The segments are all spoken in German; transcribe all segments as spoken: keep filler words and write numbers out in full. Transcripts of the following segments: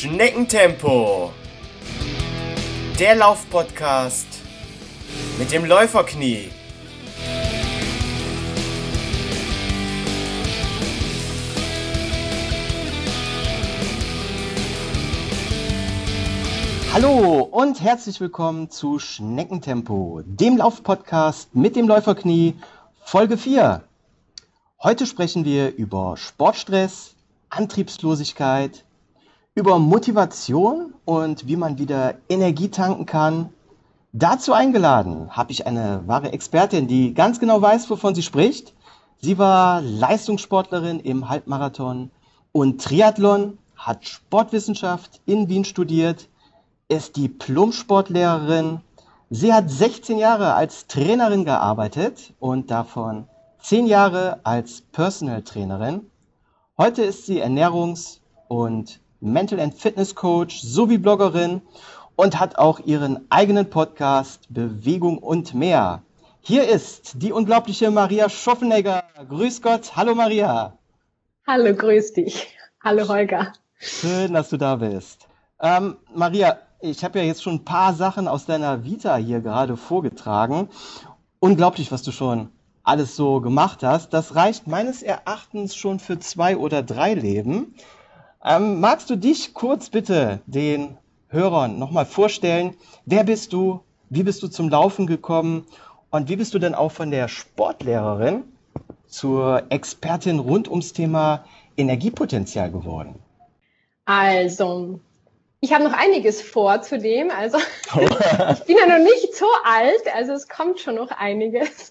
Schneckentempo, der Laufpodcast mit dem Läuferknie. Hallo und herzlich willkommen zu Schneckentempo, dem Laufpodcast mit dem Läuferknie, Folge vier. Heute sprechen wir über Sportstress, Antriebslosigkeit, über Motivation und wie man wieder Energie tanken kann. Dazu eingeladen habe ich eine wahre Expertin, die ganz genau weiß, wovon sie spricht. Sie war Leistungssportlerin im Halbmarathon und Triathlon, hat Sportwissenschaft in Wien studiert, ist Diplom-Sportlehrerin. Sie hat sechzehn Jahre als Trainerin gearbeitet und davon zehn Jahre als Personal Trainerin. Heute ist sie Ernährungs- und Mental and Fitness Coach sowie Bloggerin und hat auch ihren eigenen Podcast Bewegung und mehr. Hier ist die unglaubliche Maria Schoffenegger. Grüß Gott. Hallo Maria. Hallo, grüß dich. Hallo Holger. Schön, dass du da bist. Ähm, Maria, ich habe ja jetzt schon ein paar Sachen aus deiner Vita hier gerade vorgetragen. Unglaublich, was du schon alles so gemacht hast. Das reicht meines Erachtens schon für zwei oder drei Leben. Ähm, magst du dich kurz bitte den Hörern nochmal vorstellen? Wer bist du? Wie bist du zum Laufen gekommen? Und wie bist du denn auch von der Sportlehrerin zur Expertin rund ums Thema Energiepotenzial geworden? Also, ich habe noch einiges vor zu dem. Also, ich bin ja noch nicht so alt, also es kommt schon noch einiges.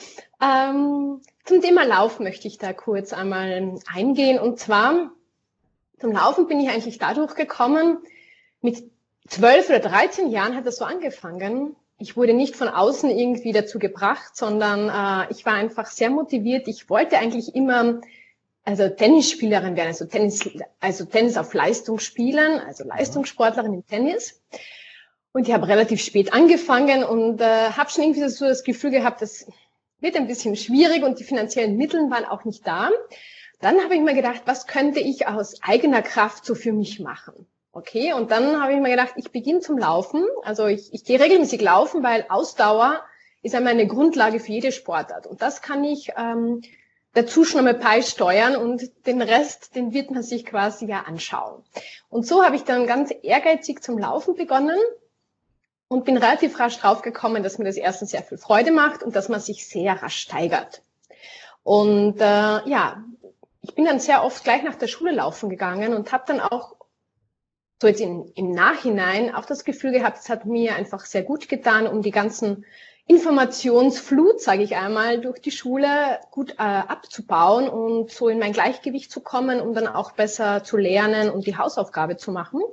Ähm, zum Thema Lauf möchte ich da kurz einmal eingehen. Und zwar, zum Laufen bin ich eigentlich dadurch gekommen, mit zwölf oder dreizehn Jahren hat das so angefangen. Ich wurde nicht von außen irgendwie dazu gebracht, sondern äh, ich war einfach sehr motiviert. Ich wollte eigentlich immer also Tennisspielerin werden, also Tennis, also Tennis auf Leistung spielen, also Leistungssportlerin im Tennis. Und ich habe relativ spät angefangen und äh, habe schon irgendwie so das Gefühl gehabt, das wird ein bisschen schwierig und die finanziellen Mittel waren auch nicht da. Dann habe ich mir gedacht, was könnte ich aus eigener Kraft so für mich machen? Okay, und dann habe ich mir gedacht, ich beginne zum Laufen. Also ich, ich gehe regelmäßig laufen, weil Ausdauer ist einmal eine Grundlage für jede Sportart. Und das kann ich ähm, dazu schon einmal beisteuern und den Rest, den wird man sich quasi ja anschauen. Und so habe ich dann ganz ehrgeizig zum Laufen begonnen und bin relativ rasch draufgekommen, dass mir das erstens sehr viel Freude macht und dass man sich sehr rasch steigert. Und äh, ja, ich bin dann sehr oft gleich nach der Schule laufen gegangen und habe dann auch so jetzt in, im Nachhinein auch das Gefühl gehabt, es hat mir einfach sehr gut getan, um die ganzen Informationsflut, sage ich einmal, durch die Schule gut äh, abzubauen und so in mein Gleichgewicht zu kommen, um dann auch besser zu lernen und die Hausaufgabe zu machen.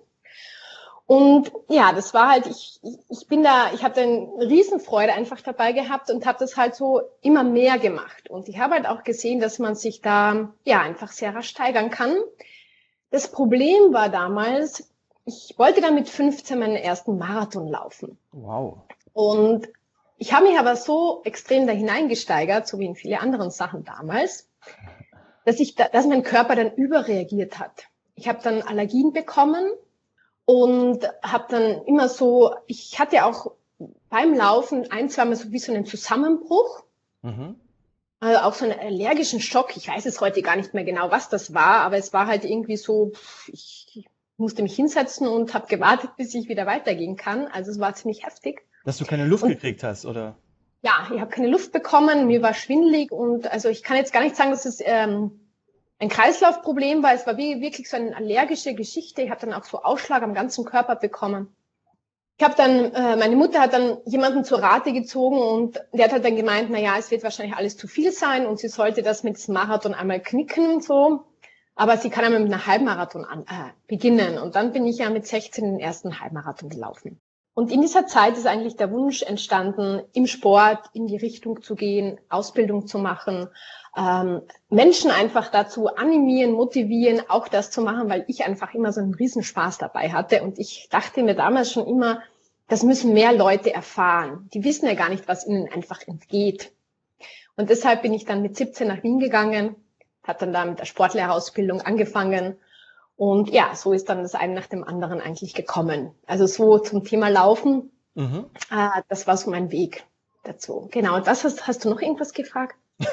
Und ja, das war halt, ich, ich bin da, ich hatte eine Riesenfreude einfach dabei gehabt und habe das halt so immer mehr gemacht. Und ich habe halt auch gesehen, dass man sich da ja einfach sehr rasch steigern kann. Das Problem war damals, ich wollte dann mit fünfzehn meinen ersten Marathon laufen. Wow. Und ich habe mich aber so extrem da hineingesteigert, so wie in viele anderen Sachen damals, dass ich, da, dass mein Körper dann überreagiert hat. Ich habe dann Allergien bekommen und habe dann immer so, ich hatte auch beim Laufen ein, zweimal so wie so einen Zusammenbruch, mhm. also auch so einen allergischen Schock. Ich weiß es heute gar nicht mehr genau, was das war, aber es war halt irgendwie so, ich musste mich hinsetzen und habe gewartet, bis ich wieder weitergehen kann. Also es war ziemlich heftig. Dass du keine Luft und, gekriegt hast, oder? Ja, ich habe keine Luft bekommen, mir war schwindelig und also ich kann jetzt gar nicht sagen, dass es ähm, ein Kreislaufproblem war. Es war wie, wirklich so eine allergische Geschichte. Ich habe dann auch so Ausschlag am ganzen Körper bekommen. Ich habe dann, äh, meine Mutter hat dann jemanden zur Rate gezogen und der hat halt dann gemeint, na ja, es wird wahrscheinlich alles zu viel sein und sie sollte das mit dem Marathon einmal knicken so. Aber sie kann einmal mit einem Halbmarathon an, äh, beginnen. Und dann bin ich ja mit sechzehn den ersten Halbmarathon gelaufen. Und in dieser Zeit ist eigentlich der Wunsch entstanden, im Sport in die Richtung zu gehen, Ausbildung zu machen, ähm, Menschen einfach dazu animieren, motivieren, auch das zu machen, weil ich einfach immer so einen Riesenspaß dabei hatte. Und ich dachte mir damals schon immer, das müssen mehr Leute erfahren. Die wissen ja gar nicht, was ihnen einfach entgeht. Und deshalb bin ich dann mit siebzehn nach Wien gegangen, habe dann da mit der Sportlehrerausbildung angefangen Und ja, so ist dann das eine nach dem anderen eigentlich gekommen. Also so zum Thema Laufen, mhm. äh, das war so mein Weg dazu. Genau, und was hast, hast du noch irgendwas gefragt?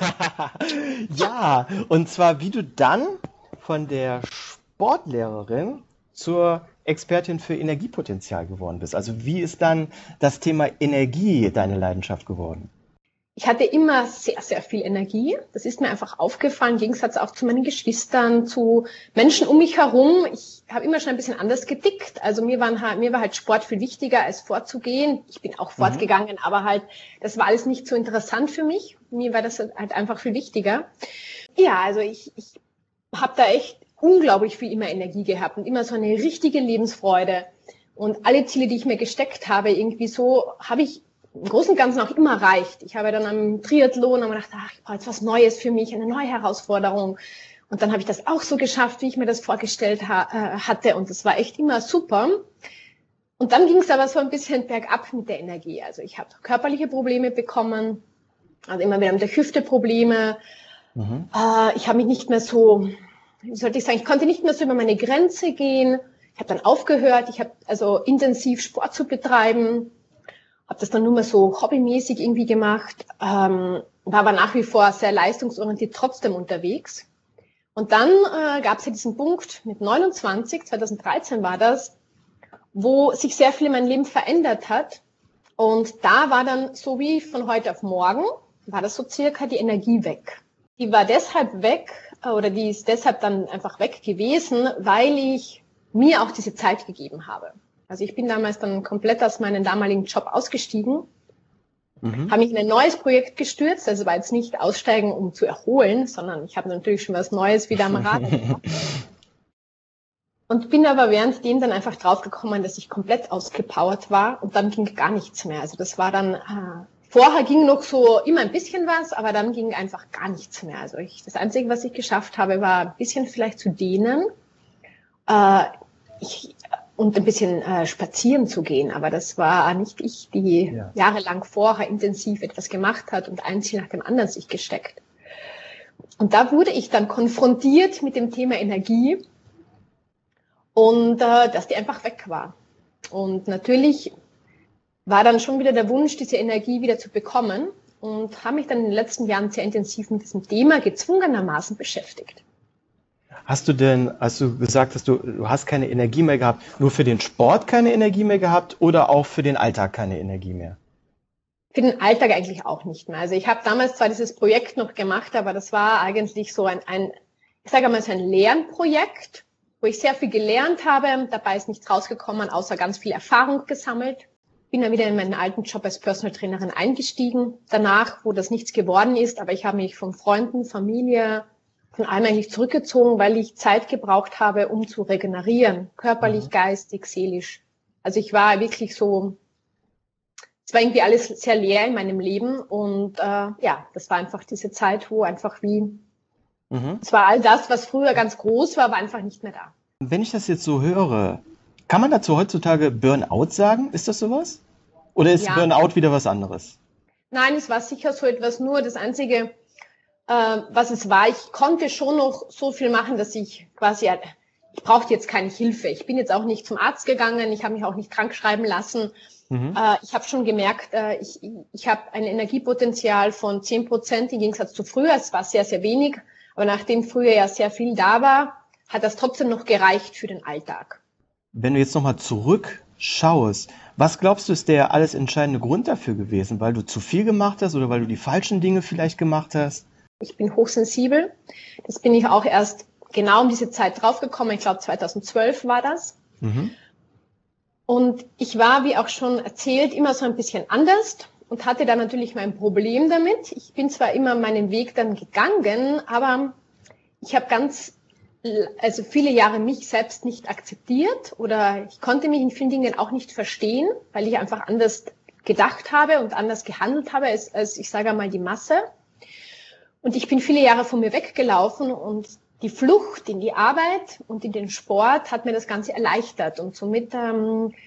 Ja, und zwar, wie du dann von der Sportlehrerin zur Expertin für Energiepotenzial geworden bist. Also wie ist dann das Thema Energie deine Leidenschaft geworden? Ich hatte immer sehr, sehr viel Energie. Das ist mir einfach aufgefallen, im Gegensatz auch zu meinen Geschwistern, zu Menschen um mich herum. Ich habe immer schon ein bisschen anders getickt. Also mir, waren halt, mir war halt Sport viel wichtiger, als fortzugehen. Ich bin auch fortgegangen, mhm. aber halt, das war alles nicht so interessant für mich. Mir war das halt einfach viel wichtiger. Ja, also ich, ich habe da echt unglaublich viel immer Energie gehabt und immer so eine richtige Lebensfreude. Und alle Ziele, die ich mir gesteckt habe, irgendwie so, habe ich im Großen und Ganzen auch immer erreicht. Ich habe dann am Triathlon und gedacht, ach, ich brauche jetzt was Neues für mich, eine neue Herausforderung. Und dann habe ich das auch so geschafft, wie ich mir das vorgestellt ha- äh, hatte. Und das war echt immer super. Und dann ging es aber so ein bisschen bergab mit der Energie. Also ich habe körperliche Probleme bekommen, also immer wieder mit der Hüfte Probleme. Mhm. Äh, ich habe mich nicht mehr so, wie sollte ich sagen, ich konnte nicht mehr so über meine Grenze gehen. Ich habe dann aufgehört, ich habe also intensiv Sport zu betreiben. Habe das dann nur mal so hobbymäßig irgendwie gemacht, ähm, war aber nach wie vor sehr leistungsorientiert trotzdem unterwegs. Und dann äh, gab es ja diesen Punkt mit neunundzwanzig, zweitausenddreizehn war das, wo sich sehr viel in meinem Leben verändert hat. Und da war dann so wie von heute auf morgen, war das so circa die Energie weg. Die war deshalb weg, oder die ist deshalb dann einfach weg gewesen, weil ich mir auch diese Zeit gegeben habe. Also ich bin damals dann komplett aus meinem damaligen Job ausgestiegen, mhm. habe mich in ein neues Projekt gestürzt, also war jetzt nicht aussteigen, um zu erholen, sondern ich habe natürlich schon was Neues wieder am Rad gemacht. Und bin aber währenddem dann einfach draufgekommen, dass ich komplett ausgepowert war und dann ging gar nichts mehr. Also das war dann, äh, vorher ging noch so immer ein bisschen was, aber dann ging einfach gar nichts mehr. Also ich, das Einzige, was ich geschafft habe, war ein bisschen vielleicht zu dehnen. Äh, ich und ein bisschen äh, spazieren zu gehen. Aber das war nicht ich, die ja. jahrelang vorher intensiv etwas gemacht hat und ein Ziel nach dem anderen sich gesteckt. Und da wurde ich dann konfrontiert mit dem Thema Energie und äh, dass die einfach weg war. Und natürlich war dann schon wieder der Wunsch, diese Energie wieder zu bekommen und habe mich dann in den letzten Jahren sehr intensiv mit diesem Thema gezwungenermaßen beschäftigt. Hast du denn, als du gesagt hast, du, du hast keine Energie mehr gehabt, nur für den Sport keine Energie mehr gehabt oder auch für den Alltag keine Energie mehr? Für den Alltag eigentlich auch nicht mehr. Also ich habe damals zwar dieses Projekt noch gemacht, aber das war eigentlich so ein, ein ich sage mal so ein Lernprojekt, wo ich sehr viel gelernt habe. Dabei ist nichts rausgekommen, außer ganz viel Erfahrung gesammelt. Bin dann wieder in meinen alten Job als Personal Trainerin eingestiegen. Danach, wo das nichts geworden ist, aber ich habe mich von Freunden, Familie, von allem eigentlich zurückgezogen, weil ich Zeit gebraucht habe, um zu regenerieren. Körperlich, mhm. geistig, seelisch. Also ich war wirklich so, es war irgendwie alles sehr leer in meinem Leben und äh, ja, das war einfach diese Zeit, wo einfach wie, mhm. es war all das, was früher ganz groß war, war einfach nicht mehr da. Wenn ich das jetzt so höre, kann man dazu heutzutage Burnout sagen? Ist das sowas? Oder ist ja. Burnout wieder was anderes? Nein, es war sicher so etwas, nur das Einzige, äh, was es war, ich konnte schon noch so viel machen, dass ich quasi, ich brauchte jetzt keine Hilfe. Ich bin jetzt auch nicht zum Arzt gegangen, ich habe mich auch nicht krank schreiben lassen. Mhm. Äh, ich habe schon gemerkt, äh, ich, ich habe ein Energiepotenzial von zehn Prozent im Gegensatz zu früher. Es war sehr, sehr wenig, aber nachdem früher ja sehr viel da war, hat das trotzdem noch gereicht für den Alltag. Wenn du jetzt nochmal zurückschaust, was glaubst du, ist der alles entscheidende Grund dafür gewesen? Weil du zu viel gemacht hast oder weil du die falschen Dinge vielleicht gemacht hast? Ich bin hochsensibel. Das bin ich auch erst genau um diese Zeit draufgekommen. Ich glaube, zweitausendzwölf war das. Mhm. Und ich war, wie auch schon erzählt, immer so ein bisschen anders und hatte da natürlich mein Problem damit. Ich bin zwar immer meinen Weg dann gegangen, aber ich habe ganz also viele Jahre mich selbst nicht akzeptiert oder ich konnte mich in vielen Dingen auch nicht verstehen, weil ich einfach anders gedacht habe und anders gehandelt habe als, als ich sage mal, die Masse. Und ich bin viele Jahre von mir weggelaufen und die Flucht in die Arbeit und in den Sport hat mir das Ganze erleichtert und somit ähm,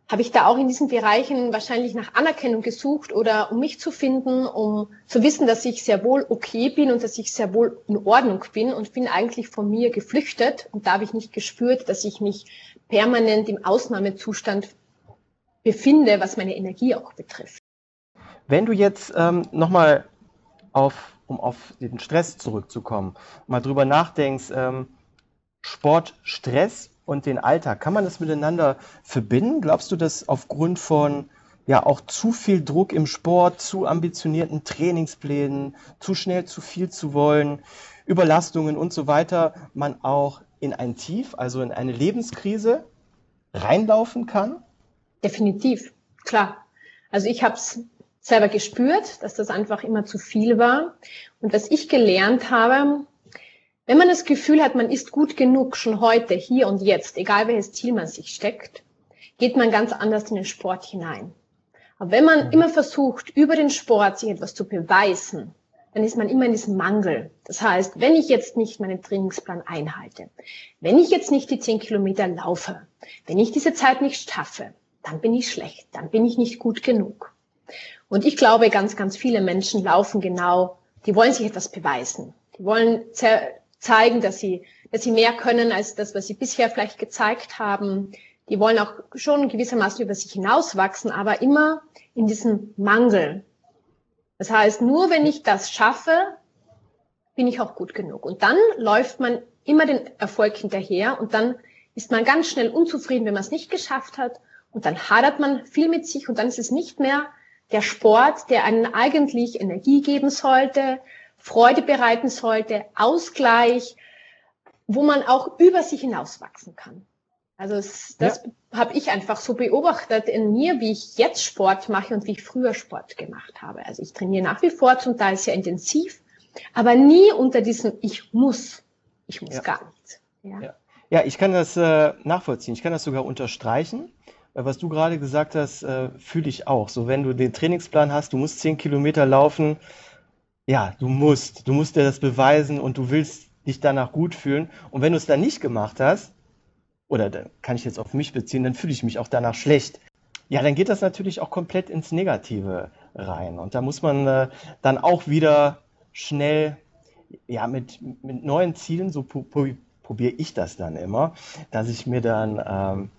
habe ich da auch in diesen Bereichen wahrscheinlich nach Anerkennung gesucht oder um mich zu finden, um zu wissen, dass ich sehr wohl okay bin und dass ich sehr wohl in Ordnung bin und bin eigentlich von mir geflüchtet und da habe ich nicht gespürt, dass ich mich permanent im Ausnahmezustand befinde, was meine Energie auch betrifft. Wenn du jetzt ähm, nochmal auf, um auf den Stress zurückzukommen, mal drüber nachdenkst, ähm, Sport, Stress und den Alltag, kann man das miteinander verbinden? Glaubst du, dass aufgrund von ja auch zu viel Druck im Sport, zu ambitionierten Trainingsplänen, zu schnell zu viel zu wollen, Überlastungen und so weiter, man auch in ein Tief, also in eine Lebenskrise reinlaufen kann? Definitiv, klar. Also ich habe es selber gespürt, dass das einfach immer zu viel war. Und was ich gelernt habe, wenn man das Gefühl hat, man ist gut genug schon heute, hier und jetzt, egal welches Ziel man sich steckt, geht man ganz anders in den Sport hinein. Aber wenn man immer versucht, über den Sport sich etwas zu beweisen, dann ist man immer in diesem Mangel. Das heißt, wenn ich jetzt nicht meinen Trainingsplan einhalte, wenn ich jetzt nicht die zehn Kilometer laufe, wenn ich diese Zeit nicht schaffe, dann bin ich schlecht, dann bin ich nicht gut genug. Und ich glaube, ganz, ganz viele Menschen laufen genau, die wollen sich etwas beweisen. Die wollen ze- zeigen, dass sie, dass sie mehr können als das, was sie bisher vielleicht gezeigt haben. Die wollen auch schon gewissermaßen über sich hinauswachsen, aber immer in diesem Mangel. Das heißt, nur wenn ich das schaffe, bin ich auch gut genug. Und dann läuft man immer den Erfolg hinterher und dann ist man ganz schnell unzufrieden, wenn man es nicht geschafft hat. Und dann hadert man viel mit sich und dann ist es nicht mehr der Sport, der einen eigentlich Energie geben sollte, Freude bereiten sollte, Ausgleich, wo man auch über sich hinauswachsen kann. Also das, das ja. habe ich einfach so beobachtet in mir, wie ich jetzt Sport mache und wie ich früher Sport gemacht habe. Also ich trainiere nach wie vor zum Teil sehr intensiv, aber nie unter diesem Ich muss. Ich muss ja. gar nichts. Ja. Ja. ja, ich kann das äh, nachvollziehen. Ich kann das sogar unterstreichen. Was du gerade gesagt hast, äh, fühle ich auch. So, wenn du den Trainingsplan hast, du musst zehn Kilometer laufen, ja, du musst, du musst dir das beweisen und du willst dich danach gut fühlen. Und wenn du es dann nicht gemacht hast, oder da kann ich jetzt auf mich beziehen, dann fühle ich mich auch danach schlecht. Ja, dann geht das natürlich auch komplett ins Negative rein. Und da muss man äh, dann auch wieder schnell, ja, mit, mit neuen Zielen, so pu- pu- probiere ich das dann immer, dass ich mir dann ähm,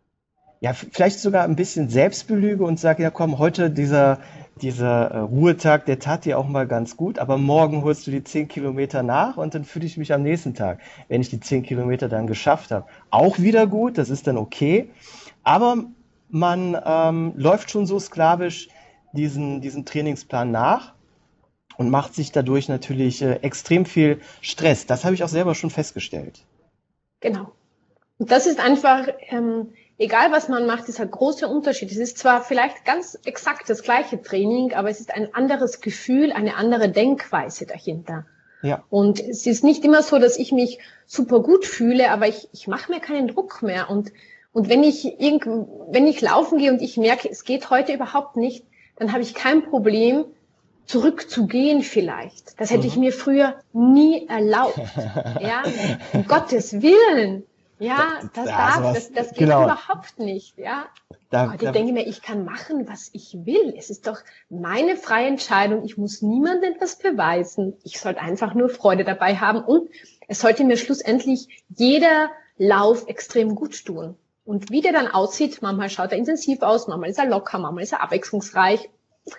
ja, vielleicht sogar ein bisschen selbst belüge und sage, ja komm, heute dieser, dieser äh, Ruhetag, der tat dir auch mal ganz gut, aber morgen holst du die zehn Kilometer nach und dann fühle ich mich am nächsten Tag, wenn ich die zehn Kilometer dann geschafft habe, auch wieder gut, das ist dann okay, aber man ähm, läuft schon so sklavisch diesen, diesen Trainingsplan nach und macht sich dadurch natürlich äh, extrem viel Stress. Das habe ich auch selber schon festgestellt. Genau. Und das ist einfach... Ähm Egal, was man macht, ist ein großer Unterschied. Es ist zwar vielleicht ganz exakt das gleiche Training, aber es ist ein anderes Gefühl, eine andere Denkweise dahinter. Ja. Und es ist nicht immer so, dass ich mich super gut fühle, aber ich, ich mache mir keinen Druck mehr. Und, und wenn ich irgend, wenn ich laufen gehe und ich merke, es geht heute überhaupt nicht, dann habe ich kein Problem, zurückzugehen vielleicht. Das hätte mhm. ich mir früher nie erlaubt. Ja, um Gottes Willen. Ja, das ja, darf, sowas, das, das geht genau. überhaupt nicht, ja. Da, und ich da, denke mir, ich kann machen, was ich will. Es ist doch meine freie Entscheidung. Ich muss niemandem etwas beweisen. Ich sollte einfach nur Freude dabei haben und es sollte mir schlussendlich jeder Lauf extrem gut tun. Und wie der dann aussieht, manchmal schaut er intensiv aus, manchmal ist er locker, manchmal ist er abwechslungsreich.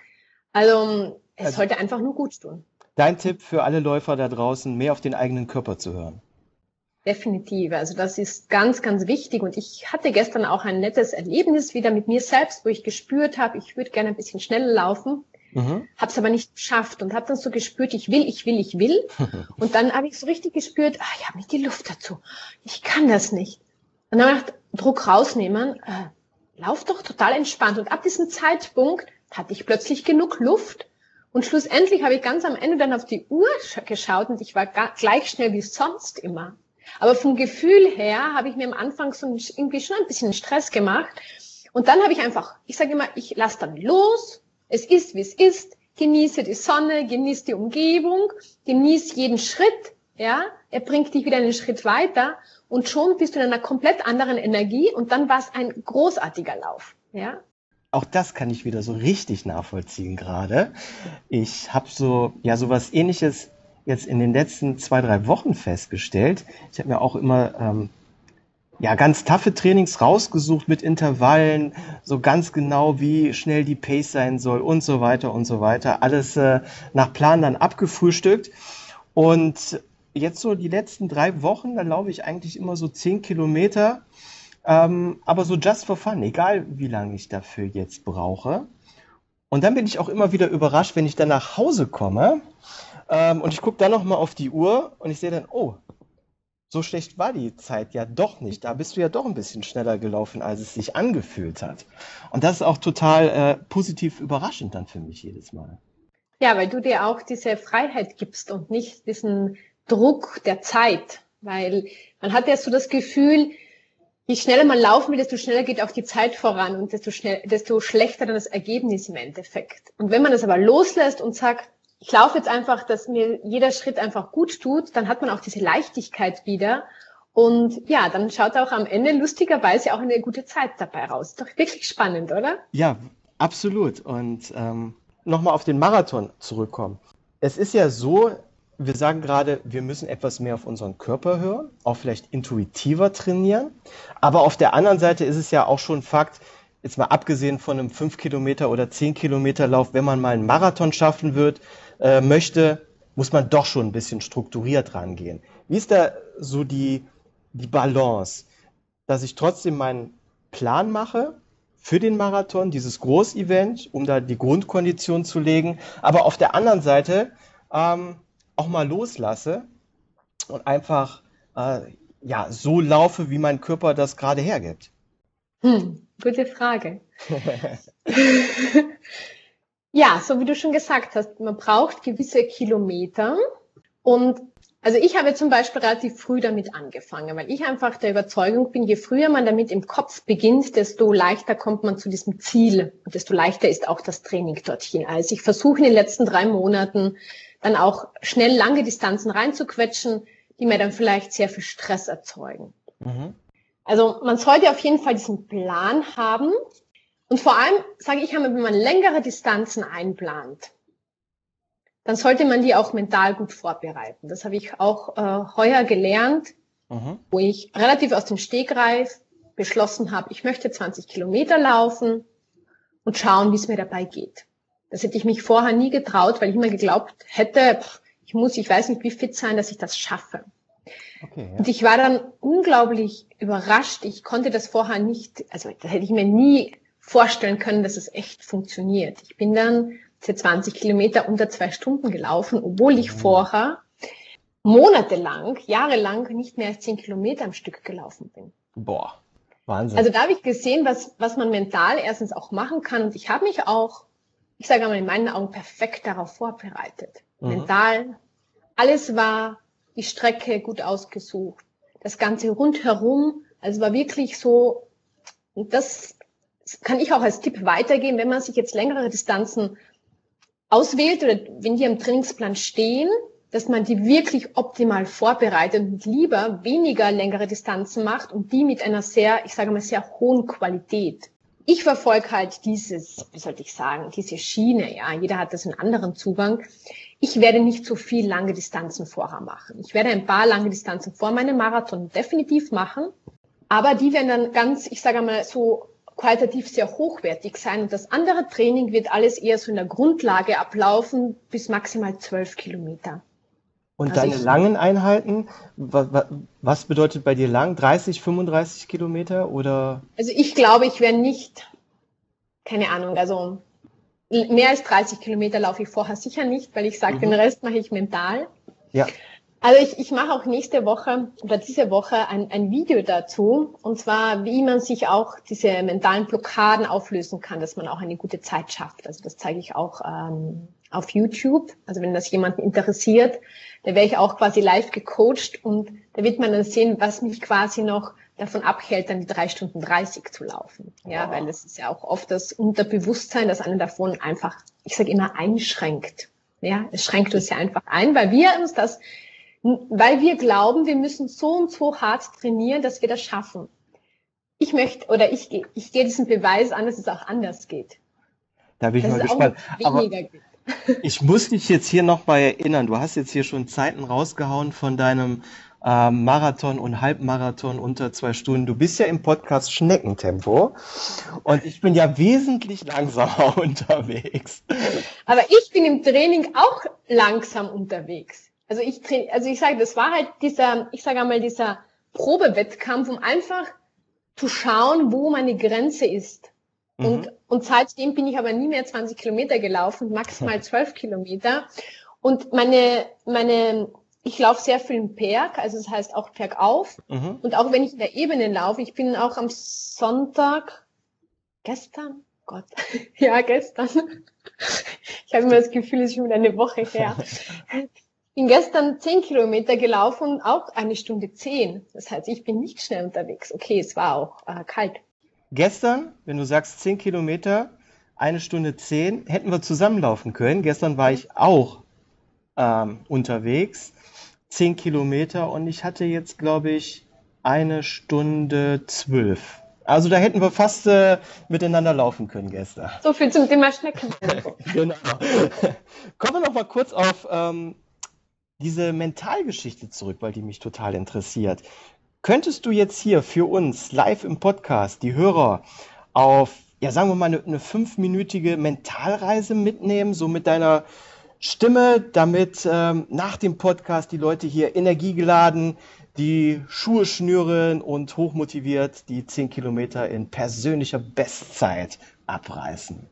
Also, es also, sollte einfach nur gut tun. Dein Tipp für alle Läufer da draußen, mehr auf den eigenen Körper zu hören. Definitiv. Also das ist ganz, ganz wichtig. Und ich hatte gestern auch ein nettes Erlebnis wieder mit mir selbst, wo ich gespürt habe, ich würde gerne ein bisschen schneller laufen, mhm. habe es aber nicht geschafft und habe dann so gespürt, ich will, ich will, ich will. Und dann habe ich so richtig gespürt, ah, ich habe nicht die Luft dazu. Ich kann das nicht. Und dann habe ich gedacht, Druck rausnehmen, äh, lauf doch total entspannt. Und ab diesem Zeitpunkt hatte ich plötzlich genug Luft. Und schlussendlich habe ich ganz am Ende dann auf die Uhr geschaut und ich war gar, gleich schnell wie sonst immer. Aber vom Gefühl her habe ich mir am Anfang so irgendwie schon ein bisschen Stress gemacht. Und dann habe ich einfach, ich sage immer, ich lasse dann los. Es ist, wie es ist. Genieße die Sonne, genieße die Umgebung, genieße jeden Schritt. Ja, er bringt dich wieder einen Schritt weiter. Und schon bist du in einer komplett anderen Energie. Und dann war es ein großartiger Lauf. Ja. Auch das kann ich wieder so richtig nachvollziehen gerade. Ich habe so, ja, sowas Ähnliches jetzt in den letzten zwei, drei Wochen festgestellt. Ich habe mir auch immer ähm, ja, ganz taffe Trainings rausgesucht mit Intervallen, so ganz genau, wie schnell die Pace sein soll und so weiter und so weiter. Alles äh, nach Plan dann abgefrühstückt. Und jetzt so die letzten drei Wochen, da laufe ich eigentlich immer so zehn Kilometer, ähm, aber so just for fun, egal wie lange ich dafür jetzt brauche. Und dann bin ich auch immer wieder überrascht, wenn ich dann nach Hause komme ähm, und ich gucke dann nochmal auf die Uhr und ich sehe dann, oh, so schlecht war die Zeit ja doch nicht. Da bist du ja doch ein bisschen schneller gelaufen, als es sich angefühlt hat. Und das ist auch total äh, positiv überraschend dann für mich jedes Mal. Ja, weil du dir auch diese Freiheit gibst und nicht diesen Druck der Zeit. Weil man hat ja so das Gefühl, je schneller man laufen will, desto schneller geht auch die Zeit voran und desto, schnell, desto schlechter dann das Ergebnis im Endeffekt. Und wenn man das aber loslässt und sagt, ich laufe jetzt einfach, dass mir jeder Schritt einfach gut tut, dann hat man auch diese Leichtigkeit wieder. Und ja, dann schaut auch am Ende lustigerweise auch eine gute Zeit dabei raus. Doch wirklich spannend, oder? Ja, absolut. Und ähm, nochmal auf den Marathon zurückkommen. Es ist ja so, wir sagen gerade, wir müssen etwas mehr auf unseren Körper hören, auch vielleicht intuitiver trainieren. Aber auf der anderen Seite ist es ja auch schon Fakt, jetzt mal abgesehen von einem fünf Kilometer oder zehn Kilometer Lauf, wenn man mal einen Marathon schaffen wird, äh, möchte, muss man doch schon ein bisschen strukturiert rangehen. Wie ist da so die, die Balance, dass ich trotzdem meinen Plan mache für den Marathon, dieses Großevent, um da die Grundkondition zu legen, aber auf der anderen Seite ähm, auch mal loslasse und einfach äh, ja, so laufe, wie mein Körper das gerade hergibt? Hm, gute Frage. Ja, so wie du schon gesagt hast, man braucht gewisse Kilometer. Und also ich habe zum Beispiel relativ früh damit angefangen, weil ich einfach der Überzeugung bin, je früher man damit im Kopf beginnt, desto leichter kommt man zu diesem Ziel und desto leichter ist auch das Training dorthin. Also ich versuche in den letzten drei Monaten dann auch schnell lange Distanzen reinzuquetschen, die mir dann vielleicht sehr viel Stress erzeugen. Mhm. Also man sollte auf jeden Fall diesen Plan haben. Und vor allem, sage ich einmal, wenn man längere Distanzen einplant, dann sollte man die auch mental gut vorbereiten. Das habe ich auch äh, heuer gelernt, mhm. wo ich relativ aus dem Stegreif beschlossen habe, ich möchte zwanzig Kilometer laufen und schauen, wie es mir dabei geht. Das hätte ich mich vorher nie getraut, weil ich immer geglaubt hätte, pff, ich muss, ich weiß nicht, wie fit sein, dass ich das schaffe. Okay, ja. Und ich war dann unglaublich überrascht. Ich konnte das vorher nicht, also das hätte ich mir nie vorstellen können, dass es echt funktioniert. Ich bin dann diese zwanzig Kilometer unter zwei Stunden gelaufen, obwohl ich mhm. vorher monatelang, jahrelang nicht mehr als zehn Kilometer am Stück gelaufen bin. Boah, Wahnsinn. Also da habe ich gesehen, was, was man mental erstens auch machen kann. Und ich habe mich auch, ich sage einmal in meinen Augen, perfekt darauf vorbereitet. Mhm. Mental, alles war, die Strecke gut ausgesucht, das Ganze rundherum, also war wirklich so, und das kann ich auch als Tipp weitergeben, wenn man sich jetzt längere Distanzen auswählt oder wenn die am Trainingsplan stehen, dass man die wirklich optimal vorbereitet und lieber weniger längere Distanzen macht und die mit einer sehr, ich sage mal, sehr hohen Qualität. Ich verfolge halt dieses, wie sollte ich sagen, diese Schiene, ja, jeder hat das einen anderen Zugang. Ich werde nicht so viel lange Distanzen vorher machen. Ich werde ein paar lange Distanzen vor meinem Marathon definitiv machen, aber die werden dann ganz, ich sage mal, so qualitativ sehr hochwertig sein und das andere Training wird alles eher so in der Grundlage ablaufen bis maximal zwölf Kilometer. Und also deine ich, langen Einheiten, was, was bedeutet bei dir lang? dreißig, fünfunddreißig Kilometer oder? Also ich glaube, ich werde nicht, keine Ahnung, also mehr als dreißig Kilometer laufe ich vorher sicher nicht, weil ich sage, mhm. den Rest mache ich mental. Ja. Also ich, ich mache auch nächste Woche oder diese Woche ein, ein Video dazu, und zwar, wie man sich auch diese mentalen Blockaden auflösen kann, dass man auch eine gute Zeit schafft. Also das zeige ich auch ähm, auf YouTube. Also wenn das jemanden interessiert, da werde ich auch quasi live gecoacht und da wird man dann sehen, was mich quasi noch davon abhält, dann die drei Stunden dreißig zu laufen. Ja, wow. Weil das ist ja auch oft das Unterbewusstsein, das einen davon einfach, ich sage immer, einschränkt. Ja, es schränkt uns ja einfach ein, weil wir uns das Weil wir glauben, wir müssen so und so hart trainieren, dass wir das schaffen. ich möchte, oder ich gehe ich gehe diesen Beweis an, dass es auch anders geht. Da bin ich Dass mal es auch gespannt. mit Aber weniger geht. ich muss dich jetzt hier nochmal erinnern. Du hast jetzt hier schon Zeiten rausgehauen von deinem ähm, Marathon und Halbmarathon unter zwei Stunden. Du bist ja im Podcast Schneckentempo und ich bin ja wesentlich langsamer unterwegs. Aber ich bin im Training auch langsam unterwegs. Also ich train, also ich sage, das war halt dieser, ich sage einmal, dieser Probewettkampf, um einfach zu schauen, wo meine Grenze ist. Mhm. Und, und seitdem bin ich aber nie mehr zwanzig Kilometer gelaufen, maximal zwölf Kilometer. Und meine, meine, ich laufe sehr viel im Berg, also das heißt auch bergauf. Mhm. Und auch wenn ich in der Ebene laufe, ich bin auch am Sonntag, gestern, Gott, ja, gestern. Ich habe immer das Gefühl, es ist schon wieder eine Woche her. Ich bin gestern zehn Kilometer gelaufen, auch eine Stunde zehn. Das heißt, ich bin nicht schnell unterwegs. Okay, es war auch äh, kalt. Gestern, wenn du sagst zehn Kilometer, eine Stunde zehn, hätten wir zusammenlaufen können. Gestern war ich auch ähm, unterwegs, zehn Kilometer und ich hatte jetzt, glaube ich, eine Stunde zwölf. Also da hätten wir fast äh, miteinander laufen können gestern. So viel zum Thema Schnecken. Genau. Kommen wir noch mal kurz auf ähm, diese Mentalgeschichte zurück, weil die mich total interessiert. Könntest du jetzt hier für uns live im Podcast die Hörer auf, ja sagen wir mal, eine, eine fünfminütige Mentalreise mitnehmen, so mit deiner Stimme, damit ähm, nach dem Podcast die Leute hier energiegeladen die Schuhe schnüren und hochmotiviert die zehn Kilometer in persönlicher Bestzeit abreißen?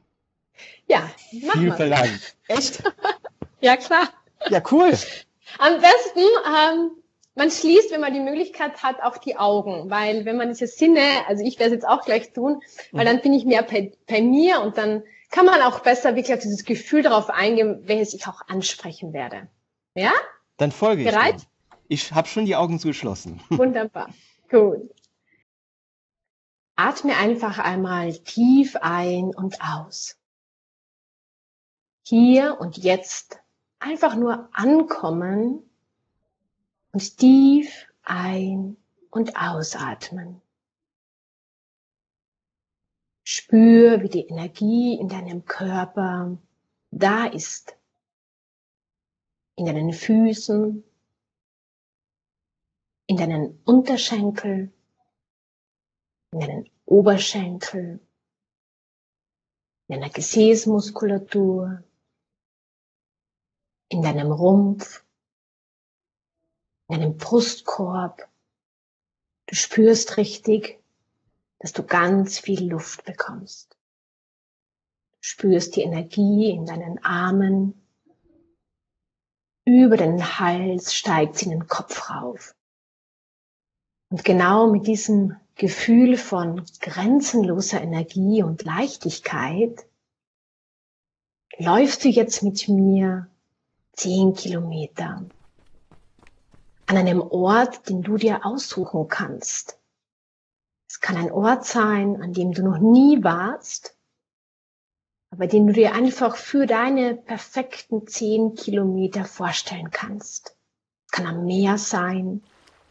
Ja, mach Viel mal. verlangt. Echt? Ja, klar. Ja, cool. Am besten, ähm, man schließt, wenn man die Möglichkeit hat, auch die Augen, weil wenn man diese Sinne, also ich werde es jetzt auch gleich tun, weil dann bin ich mehr bei, bei mir und dann kann man auch besser wirklich auf dieses Gefühl darauf eingehen, welches ich auch ansprechen werde. Ja? Dann folge ich Bereit? dir. Ich habe schon die Augen zugeschlossen. Wunderbar. Gut. Atme einfach einmal tief ein und aus. Hier und jetzt einfach nur ankommen und tief ein- und ausatmen. Spür, wie die Energie in deinem Körper da ist. In deinen Füßen, in deinen Unterschenkel, in deinen Oberschenkel, in deiner Gesäßmuskulatur, in deinem Rumpf, in deinem Brustkorb. Du spürst richtig, dass du ganz viel Luft bekommst. Du spürst die Energie in deinen Armen. Über deinen Hals steigt sie in den Kopf rauf. Und genau mit diesem Gefühl von grenzenloser Energie und Leichtigkeit läufst du jetzt mit mir zehn Kilometer an einem Ort, den du dir aussuchen kannst. Es kann ein Ort sein, an dem du noch nie warst, aber den du dir einfach für deine perfekten zehn Kilometer vorstellen kannst. Es kann am Meer sein,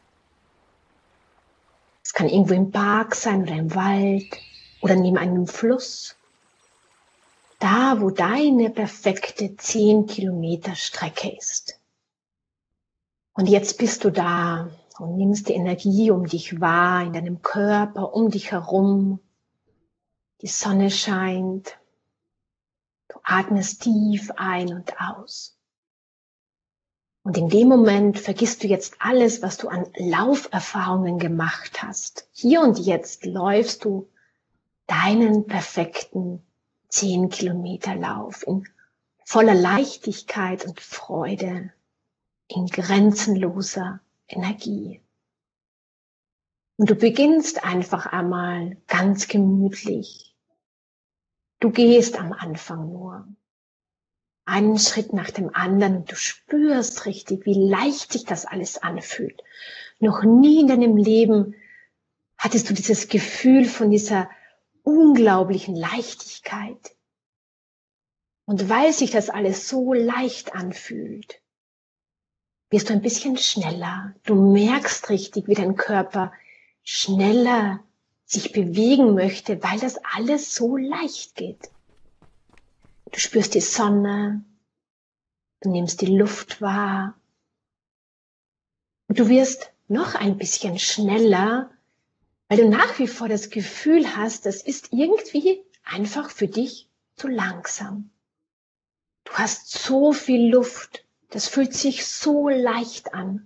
es kann irgendwo im Park sein oder im Wald oder neben einem Fluss. Da, wo deine perfekte zehn Kilometer Strecke ist. Und jetzt bist du da und nimmst die Energie um dich wahr, in deinem Körper, um dich herum. Die Sonne scheint. Du atmest tief ein und aus. Und in dem Moment vergisst du jetzt alles, was du an Lauferfahrungen gemacht hast. Hier und jetzt läufst du deinen perfekten zehn Kilometer Lauf in voller Leichtigkeit und Freude, in grenzenloser Energie. Und du beginnst einfach einmal ganz gemütlich. Du gehst am Anfang nur einen Schritt nach dem anderen und du spürst richtig, wie leicht sich das alles anfühlt. Noch nie in deinem Leben hattest du dieses Gefühl von dieser unglaublichen Leichtigkeit. Und weil sich das alles so leicht anfühlt, wirst du ein bisschen schneller. Du merkst richtig, wie dein Körper schneller sich bewegen möchte, weil das alles so leicht geht. Du spürst die Sonne, du nimmst die Luft wahr und du wirst noch ein bisschen schneller, weil du nach wie vor das Gefühl hast, das ist irgendwie einfach für dich zu langsam. Du hast so viel Luft, das fühlt sich so leicht an.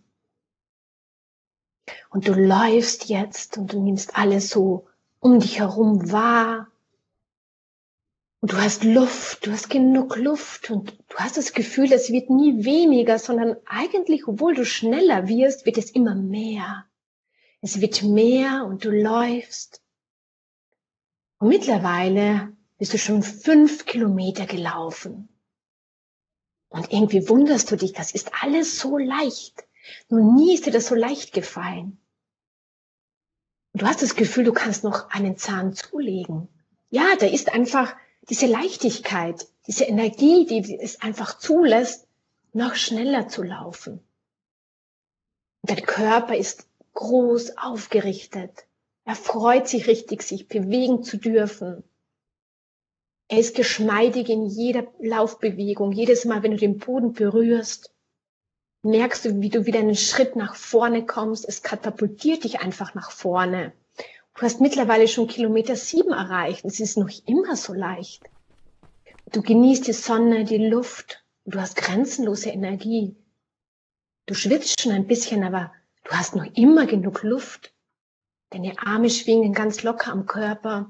Und du läufst jetzt und du nimmst alles so um dich herum wahr. Und du hast Luft, du hast genug Luft und du hast das Gefühl, es wird nie weniger, sondern eigentlich, obwohl du schneller wirst, wird es immer mehr. Es wird mehr und du läufst. Und mittlerweile bist du schon fünf Kilometer gelaufen. Und irgendwie wunderst du dich, das ist alles so leicht. Noch nie ist dir das so leicht gefallen. Du hast das Gefühl, du kannst noch einen Zahn zulegen. Ja, da ist einfach diese Leichtigkeit, diese Energie, die es einfach zulässt, noch schneller zu laufen. Und dein Körper ist groß aufgerichtet. Er freut sich richtig, sich bewegen zu dürfen. Er ist geschmeidig in jeder Laufbewegung. Jedes Mal, wenn du den Boden berührst, merkst du, wie du wieder einen Schritt nach vorne kommst. Es katapultiert dich einfach nach vorne. Du hast mittlerweile schon Kilometer sieben erreicht. Es ist noch immer so leicht. Du genießt die Sonne, die Luft. Du hast grenzenlose Energie. Du schwitzt schon ein bisschen, aber du hast noch immer genug Luft. Deine Arme schwingen ganz locker am Körper.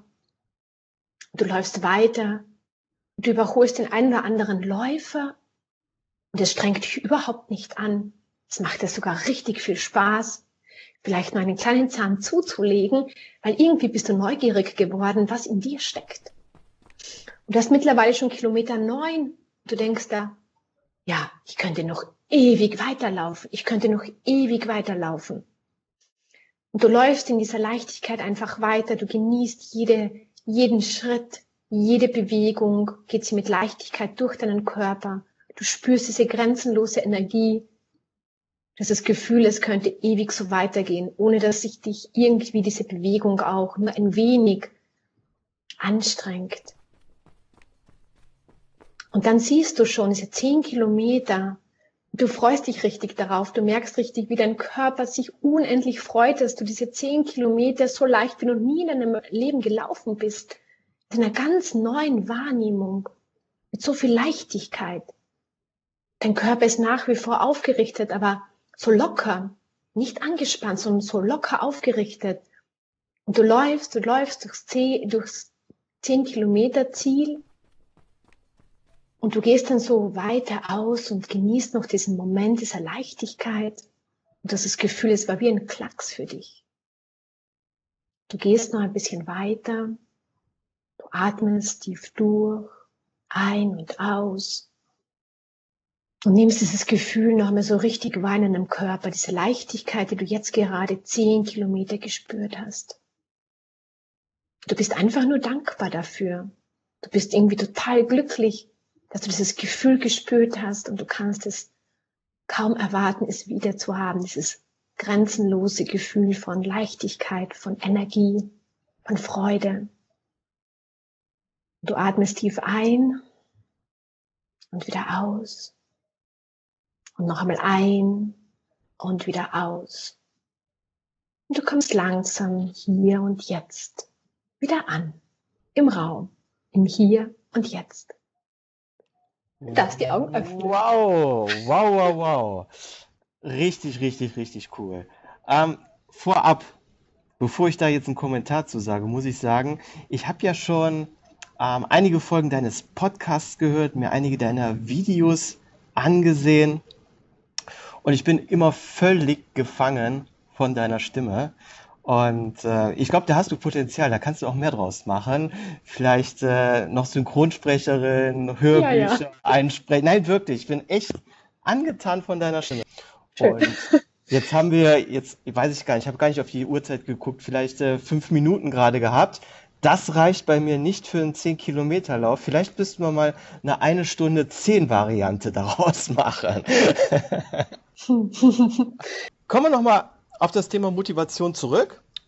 Du läufst weiter. Du überholst den einen oder anderen Läufer. Und es strengt dich überhaupt nicht an. Es macht dir sogar richtig viel Spaß, vielleicht noch einen kleinen Zahn zuzulegen, weil irgendwie bist du neugierig geworden, was in dir steckt. Und du hast mittlerweile schon Kilometer neun. Du denkst da, ja, ich könnte noch ewig weiterlaufen. Ich könnte noch ewig weiterlaufen. Und du läufst in dieser Leichtigkeit einfach weiter. Du genießt jede, jeden Schritt, jede Bewegung, geht sie mit Leichtigkeit durch deinen Körper. Du spürst diese grenzenlose Energie. Du hast das Gefühl, es könnte ewig so weitergehen, ohne dass sich dich irgendwie diese Bewegung auch nur ein wenig anstrengt. Und dann siehst du schon diese zehn Kilometer. Du freust dich richtig darauf. Du merkst richtig, wie dein Körper sich unendlich freut, dass du diese zehn Kilometer so leicht wie noch nie in deinem Leben gelaufen bist. In einer ganz neuen Wahrnehmung. Mit so viel Leichtigkeit. Dein Körper ist nach wie vor aufgerichtet, aber so locker, nicht angespannt, sondern so locker aufgerichtet. Und du läufst, du läufst durchs zehn, durchs zehn Kilometer Ziel und du gehst dann so weiter aus und genießt noch diesen Moment dieser Leichtigkeit und du hast das Gefühl, es war wie ein Klacks für dich. Du gehst noch ein bisschen weiter, du atmest tief durch, ein und aus. Und nimmst dieses Gefühl noch einmal so richtig wahr in deinem Körper, diese Leichtigkeit, die du jetzt gerade zehn Kilometer gespürt hast. Du bist einfach nur dankbar dafür. Du bist irgendwie total glücklich, dass du dieses Gefühl gespürt hast und du kannst es kaum erwarten, es wieder zu haben. Dieses grenzenlose Gefühl von Leichtigkeit, von Energie, von Freude. Du atmest tief ein und wieder aus. Und noch einmal ein und wieder aus. Und du kommst langsam hier und jetzt wieder an. Im Raum. Im Hier und Jetzt. Du darfst die Augen öffnen. Wow, wow, wow, wow. Richtig, richtig, richtig cool. Ähm, vorab, bevor ich da jetzt einen Kommentar zu sage, muss ich sagen, ich habe ja schon ähm, einige Folgen deines Podcasts gehört, mir einige deiner Videos angesehen. Und ich bin immer völlig gefangen von deiner Stimme. Und äh, ich glaube, da hast du Potenzial, da kannst du auch mehr draus machen. Vielleicht äh, noch Synchronsprecherin, Hörbücher Ja, ja. einsprechen. Nein, wirklich, ich bin echt angetan von deiner Stimme. Schön. Und jetzt haben wir, jetzt weiß ich gar nicht, ich habe gar nicht auf die Uhrzeit geguckt, vielleicht äh, fünf Minuten gerade gehabt. Das reicht bei mir nicht für einen zehn Kilometer Lauf. Vielleicht müssten wir mal eine eine Stunde zehn Variante daraus machen. Kommen wir nochmal auf das Thema Motivation zurück.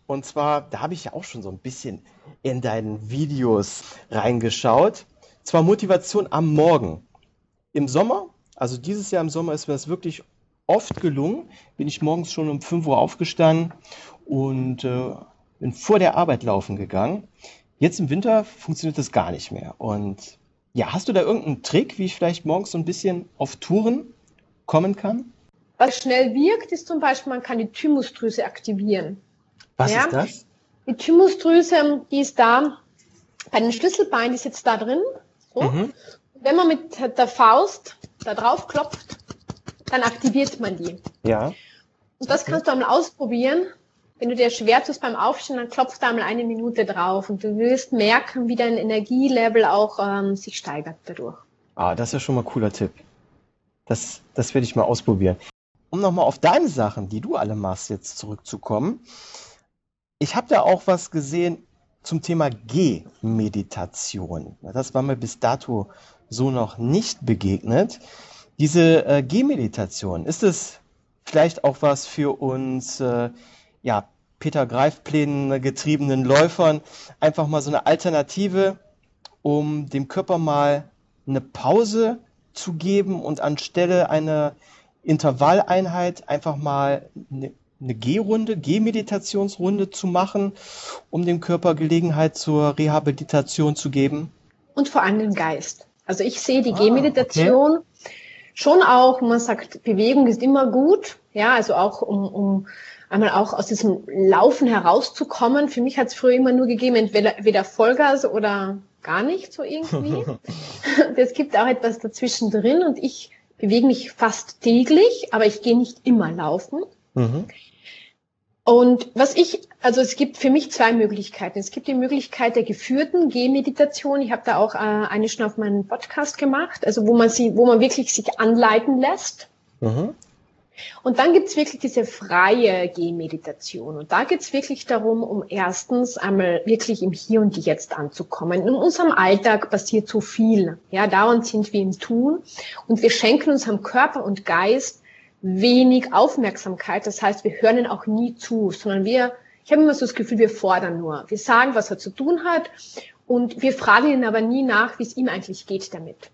Und zwar, da habe ich ja auch schon so ein bisschen in deinen Videos reingeschaut. Zwar Motivation am Morgen. Im Sommer, also dieses Jahr im Sommer ist mir das wirklich oft gelungen, bin ich morgens schon um fünf Uhr aufgestanden und äh, bin vor der Arbeit laufen gegangen. Jetzt im Winter funktioniert das gar nicht mehr. Und ja, hast du da irgendeinen Trick, wie ich vielleicht morgens so ein bisschen auf Touren kommen kann? Was schnell wirkt, ist zum Beispiel, man kann die Thymusdrüse aktivieren. Was ja? ist das? Die Thymusdrüse, die ist da, bei den Schlüsselbeinen, die sitzt da drin. So. Mhm. Wenn man mit der Faust da drauf klopft, dann aktiviert man die. Ja. Und das kannst du einmal ausprobieren. Wenn du dir schwer tust beim Aufstehen, dann klopfst du einmal eine Minute drauf und du wirst merken, wie dein Energielevel auch ähm, sich steigert dadurch. Ah, das ist ja schon mal ein cooler Tipp. Das, das werde ich mal ausprobieren. Um nochmal auf deine Sachen, die du alle machst, jetzt zurückzukommen. Ich habe da auch was gesehen zum Thema Gehmeditation. Das war mir bis dato so noch nicht begegnet. Diese äh, Gehmeditation, ist es vielleicht auch was für uns, äh, ja, Peter Greif-Plänen getriebenen Läufern, einfach mal so eine Alternative, um dem Körper mal eine Pause zu geben und anstelle einer Intervalleinheit einfach mal eine, eine Gehrunde, Gehmeditationsrunde zu machen, um dem Körper Gelegenheit zur Rehabilitation zu geben? Und vor allem den Geist. Also ich sehe die ah, Gehmeditation okay. schon auch, man sagt, Bewegung ist immer gut, ja, also auch um, um einmal auch aus diesem Laufen herauszukommen. Für mich hat es früher immer nur gegeben, entweder, entweder Vollgas oder gar nicht so irgendwie. Es gibt auch etwas dazwischen drin und ich bewege mich fast täglich, aber ich gehe nicht immer laufen. Mhm. Und was ich, also es gibt für mich zwei Möglichkeiten. Es gibt die Möglichkeit der geführten Gehmeditation. Ich habe da auch äh, eine schon auf meinen Podcast gemacht, also wo man sie, wo man wirklich sich anleiten lässt. Mhm. Und dann gibt's wirklich diese freie Gehmeditation. Und da geht's wirklich darum, um erstens einmal wirklich im Hier und Jetzt anzukommen. In unserem Alltag passiert so viel. Ja, dauernd sind wir im Tun und wir schenken unserem Körper und Geist wenig Aufmerksamkeit. Das heißt, wir hören ihn auch nie zu, sondern wir, ich habe immer so das Gefühl, wir fordern nur. Wir sagen, was er zu tun hat und wir fragen ihn aber nie nach, wie es ihm eigentlich geht damit.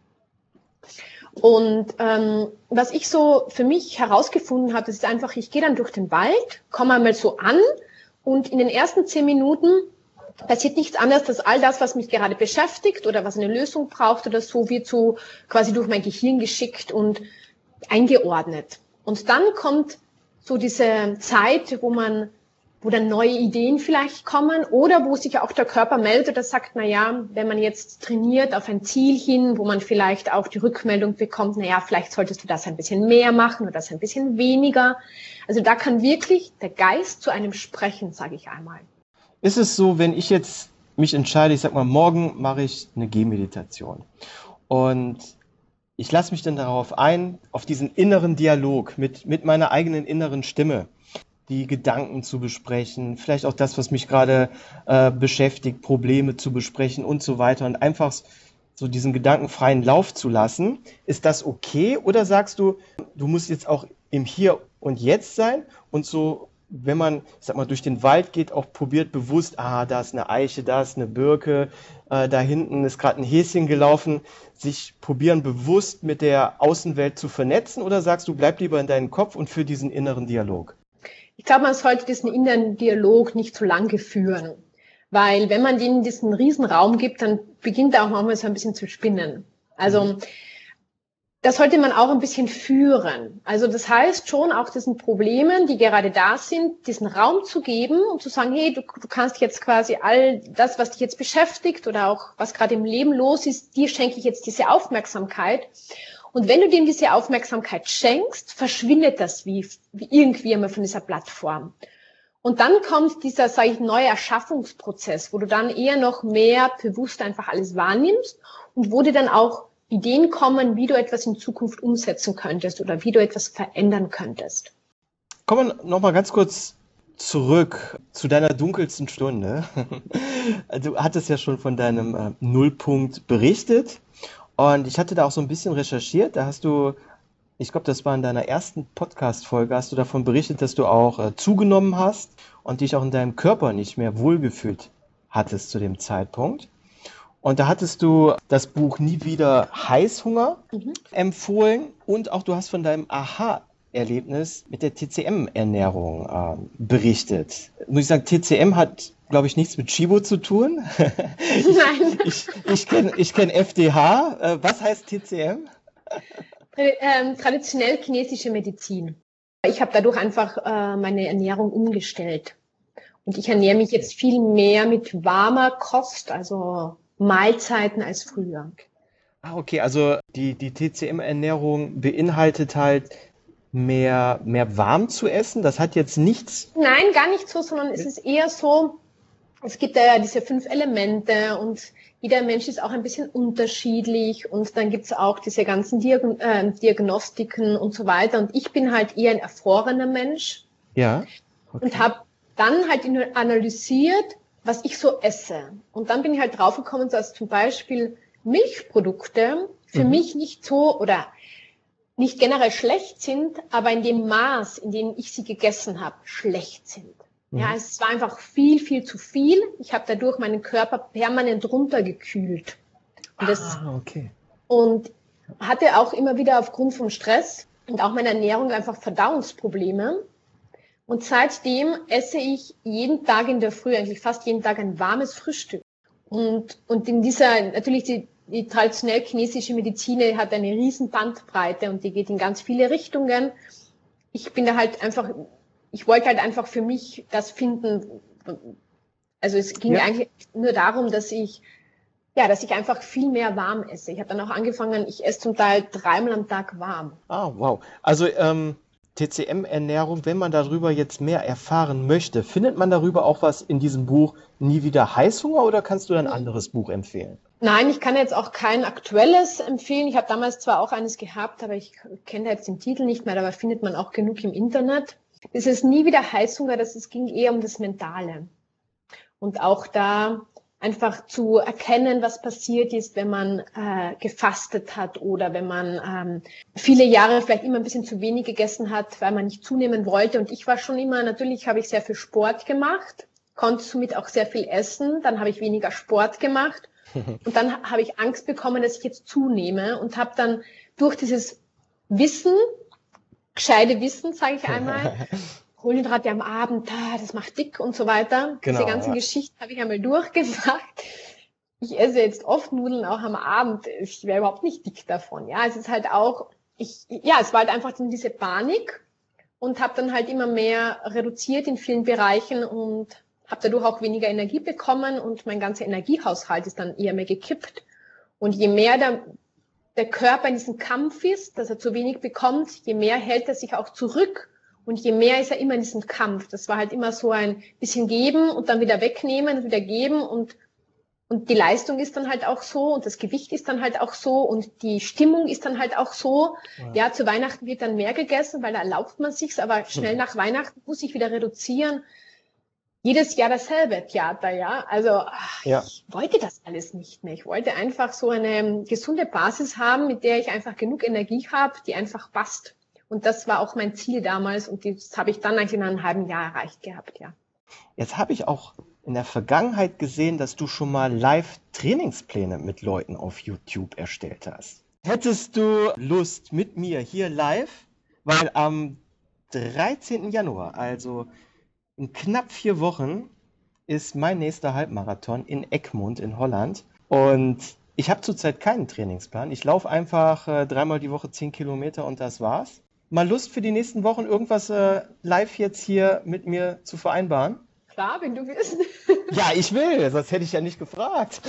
Und ähm, was ich so für mich herausgefunden habe, ist einfach, ich gehe dann durch den Wald, komme einmal so an und in den ersten zehn Minuten passiert nichts anderes, dass all das, was mich gerade beschäftigt oder was eine Lösung braucht oder so, wird so quasi durch mein Gehirn geschickt und eingeordnet. Und dann kommt so diese Zeit, wo man, wo dann neue Ideen vielleicht kommen oder wo sich auch der Körper meldet oder sagt, na ja, wenn man jetzt trainiert auf ein Ziel hin, wo man vielleicht auch die Rückmeldung bekommt, na ja, vielleicht solltest du das ein bisschen mehr machen oder das ein bisschen weniger. Also da kann wirklich der Geist zu einem sprechen, sage ich einmal. Ist es so, wenn ich jetzt mich entscheide, ich sag mal, morgen mache ich eine Gehmeditation und ich lasse mich dann darauf ein, auf diesen inneren Dialog mit, mit meiner eigenen inneren Stimme, die Gedanken zu besprechen, vielleicht auch das, was mich gerade äh, beschäftigt, Probleme zu besprechen und so weiter und einfach so diesen gedankenfreien Lauf zu lassen. Ist das okay oder sagst du, du musst jetzt auch im Hier und Jetzt sein und so, wenn man, ich sag mal, durch den Wald geht, auch probiert bewusst, ah, da ist eine Eiche, da ist eine Birke, äh, da hinten ist gerade ein Häschen gelaufen, sich probieren bewusst mit der Außenwelt zu vernetzen oder sagst du, bleib lieber in deinem Kopf und für diesen inneren Dialog? Ich glaube, man sollte diesen inneren Dialog nicht zu lange führen, weil wenn man denen diesen riesen Raum gibt, dann beginnt er auch manchmal so ein bisschen zu spinnen. Also das sollte man auch ein bisschen führen. Also das heißt schon auch diesen Problemen, die gerade da sind, diesen Raum zu geben und zu sagen, hey, du, du kannst jetzt quasi all das, was dich jetzt beschäftigt oder auch was gerade im Leben los ist, dir schenke ich jetzt diese Aufmerksamkeit. Und wenn du dem diese Aufmerksamkeit schenkst, verschwindet das wie, wie irgendwie einmal von dieser Plattform. Und dann kommt dieser, sage ich, neue Erschaffungsprozess, wo du dann eher noch mehr bewusst einfach alles wahrnimmst und wo dir dann auch Ideen kommen, wie du etwas in Zukunft umsetzen könntest oder wie du etwas verändern könntest. Kommen wir nochmal ganz kurz zurück zu deiner dunkelsten Stunde. Du hattest ja schon von deinem äh, Nullpunkt berichtet und ich hatte da auch so ein bisschen recherchiert. Da hast du Ich glaube, das war in deiner ersten Podcast-Folge, hast du davon berichtet, dass du auch äh, zugenommen hast und dich auch in deinem Körper nicht mehr wohlgefühlt hattest zu dem Zeitpunkt. Und da hattest du das Buch Nie wieder Heißhunger mhm. empfohlen und auch du hast von deinem Aha-Erlebnis mit der T C M-Ernährung äh, berichtet. Muss ich sagen, T C M hat, glaube ich, nichts mit Chibo zu tun. Nein. ich ich kenne ich kenn F D H. Äh, was heißt T C M? Ähm, traditionell chinesische Medizin. Ich habe dadurch einfach äh, meine Ernährung umgestellt. Und ich ernähre mich jetzt viel mehr mit warmer Kost, also Mahlzeiten als früher. Ah, okay, also die, die T C M-Ernährung beinhaltet halt mehr, mehr warm zu essen. Das hat jetzt nichts. Nein, gar nicht so, sondern es ist eher so, es gibt ja diese fünf Elemente und jeder Mensch ist auch ein bisschen unterschiedlich und dann gibt's auch diese ganzen Diagn- äh, Diagnostiken und so weiter. Und ich bin halt eher ein erfrorener Mensch. Ja. Okay. Und habe dann halt analysiert, was ich so esse. Und dann bin ich halt draufgekommen, dass zum Beispiel Milchprodukte für mhm. mich nicht so oder nicht generell schlecht sind, aber in dem Maß, in dem ich sie gegessen habe, schlecht sind. Ja, es war einfach viel, viel zu viel. Ich habe dadurch meinen Körper permanent runtergekühlt. Und, das, ah, okay. und hatte auch immer wieder aufgrund vom Stress und auch meiner Ernährung einfach Verdauungsprobleme. Und seitdem esse ich jeden Tag in der Früh, eigentlich fast jeden Tag ein warmes Frühstück. Und, und in dieser, natürlich die, die traditionell chinesische Medizin hat eine riesen Bandbreite und die geht in ganz viele Richtungen. Ich bin da halt einfach... Ich wollte halt einfach für mich das finden, also es ging ja. eigentlich nur darum, dass ich, ja, dass ich einfach viel mehr warm esse. Ich habe dann auch angefangen, ich esse zum Teil dreimal am Tag warm. Ah, wow. Also ähm, T C M-Ernährung, wenn man darüber jetzt mehr erfahren möchte, findet man darüber auch was in diesem Buch Nie wieder Heißhunger oder kannst du ein anderes Buch empfehlen? Nein, ich kann jetzt auch kein aktuelles empfehlen. Ich habe damals zwar auch eines gehabt, aber ich kenne jetzt den Titel nicht mehr, aber findet man auch genug im Internet. Es ist Nie wieder Heißhunger, das es ging eher um das Mentale. Und auch da einfach zu erkennen, was passiert ist, wenn man äh, gefastet hat oder wenn man ähm, viele Jahre vielleicht immer ein bisschen zu wenig gegessen hat, weil man nicht zunehmen wollte. Und ich war schon immer, natürlich habe ich sehr viel Sport gemacht, konnte somit auch sehr viel essen. Dann habe ich weniger Sport gemacht und dann habe ich Angst bekommen, dass ich jetzt zunehme und habe dann durch dieses Wissen, gescheite Wissen, sage ich einmal, Kohlenhydrate am Abend, das macht dick und so weiter. Genau, diese ganzen ja. Geschichten habe ich einmal durchgemacht. Ich esse jetzt oft Nudeln auch am Abend. Ich wäre überhaupt nicht dick davon. Ja, es ist halt auch, ich, ja, es war halt einfach diese Panik und habe dann halt immer mehr reduziert in vielen Bereichen und habe dadurch auch weniger Energie bekommen und mein ganzer Energiehaushalt ist dann eher mehr gekippt. Und je mehr der der Körper in diesem Kampf ist, dass er zu wenig bekommt, je mehr hält er sich auch zurück und je mehr ist er immer in diesem Kampf. Das war halt immer so ein bisschen geben und dann wieder wegnehmen und wieder geben und und die Leistung ist dann halt auch so und das Gewicht ist dann halt auch so und die Stimmung ist dann halt auch so. Ja, ja zu Weihnachten wird dann mehr gegessen, weil da erlaubt man sich's, aber schnell nach Weihnachten muss ich wieder reduzieren. Jedes Jahr dasselbe Theater, ja. Also ach, ja. Ich wollte das alles nicht mehr. Ich wollte einfach so eine gesunde Basis haben, mit der ich einfach genug Energie habe, die einfach passt. Und das war auch mein Ziel damals und das habe ich dann eigentlich in einem halben Jahr erreicht gehabt, ja. Jetzt habe ich auch in der Vergangenheit gesehen, dass du schon mal Live-Trainingspläne mit Leuten auf YouTube erstellt hast. Hättest du Lust mit mir hier live, weil am dreizehnten Januar, also in knapp vier Wochen, ist mein nächster Halbmarathon in Egmond in Holland. Und ich habe zurzeit keinen Trainingsplan. Ich laufe einfach äh, dreimal die Woche zehn Kilometer und das war's. Mal Lust für die nächsten Wochen, irgendwas äh, live jetzt hier mit mir zu vereinbaren? Klar, wenn du willst. Ja, ich will, sonst hätte ich ja nicht gefragt.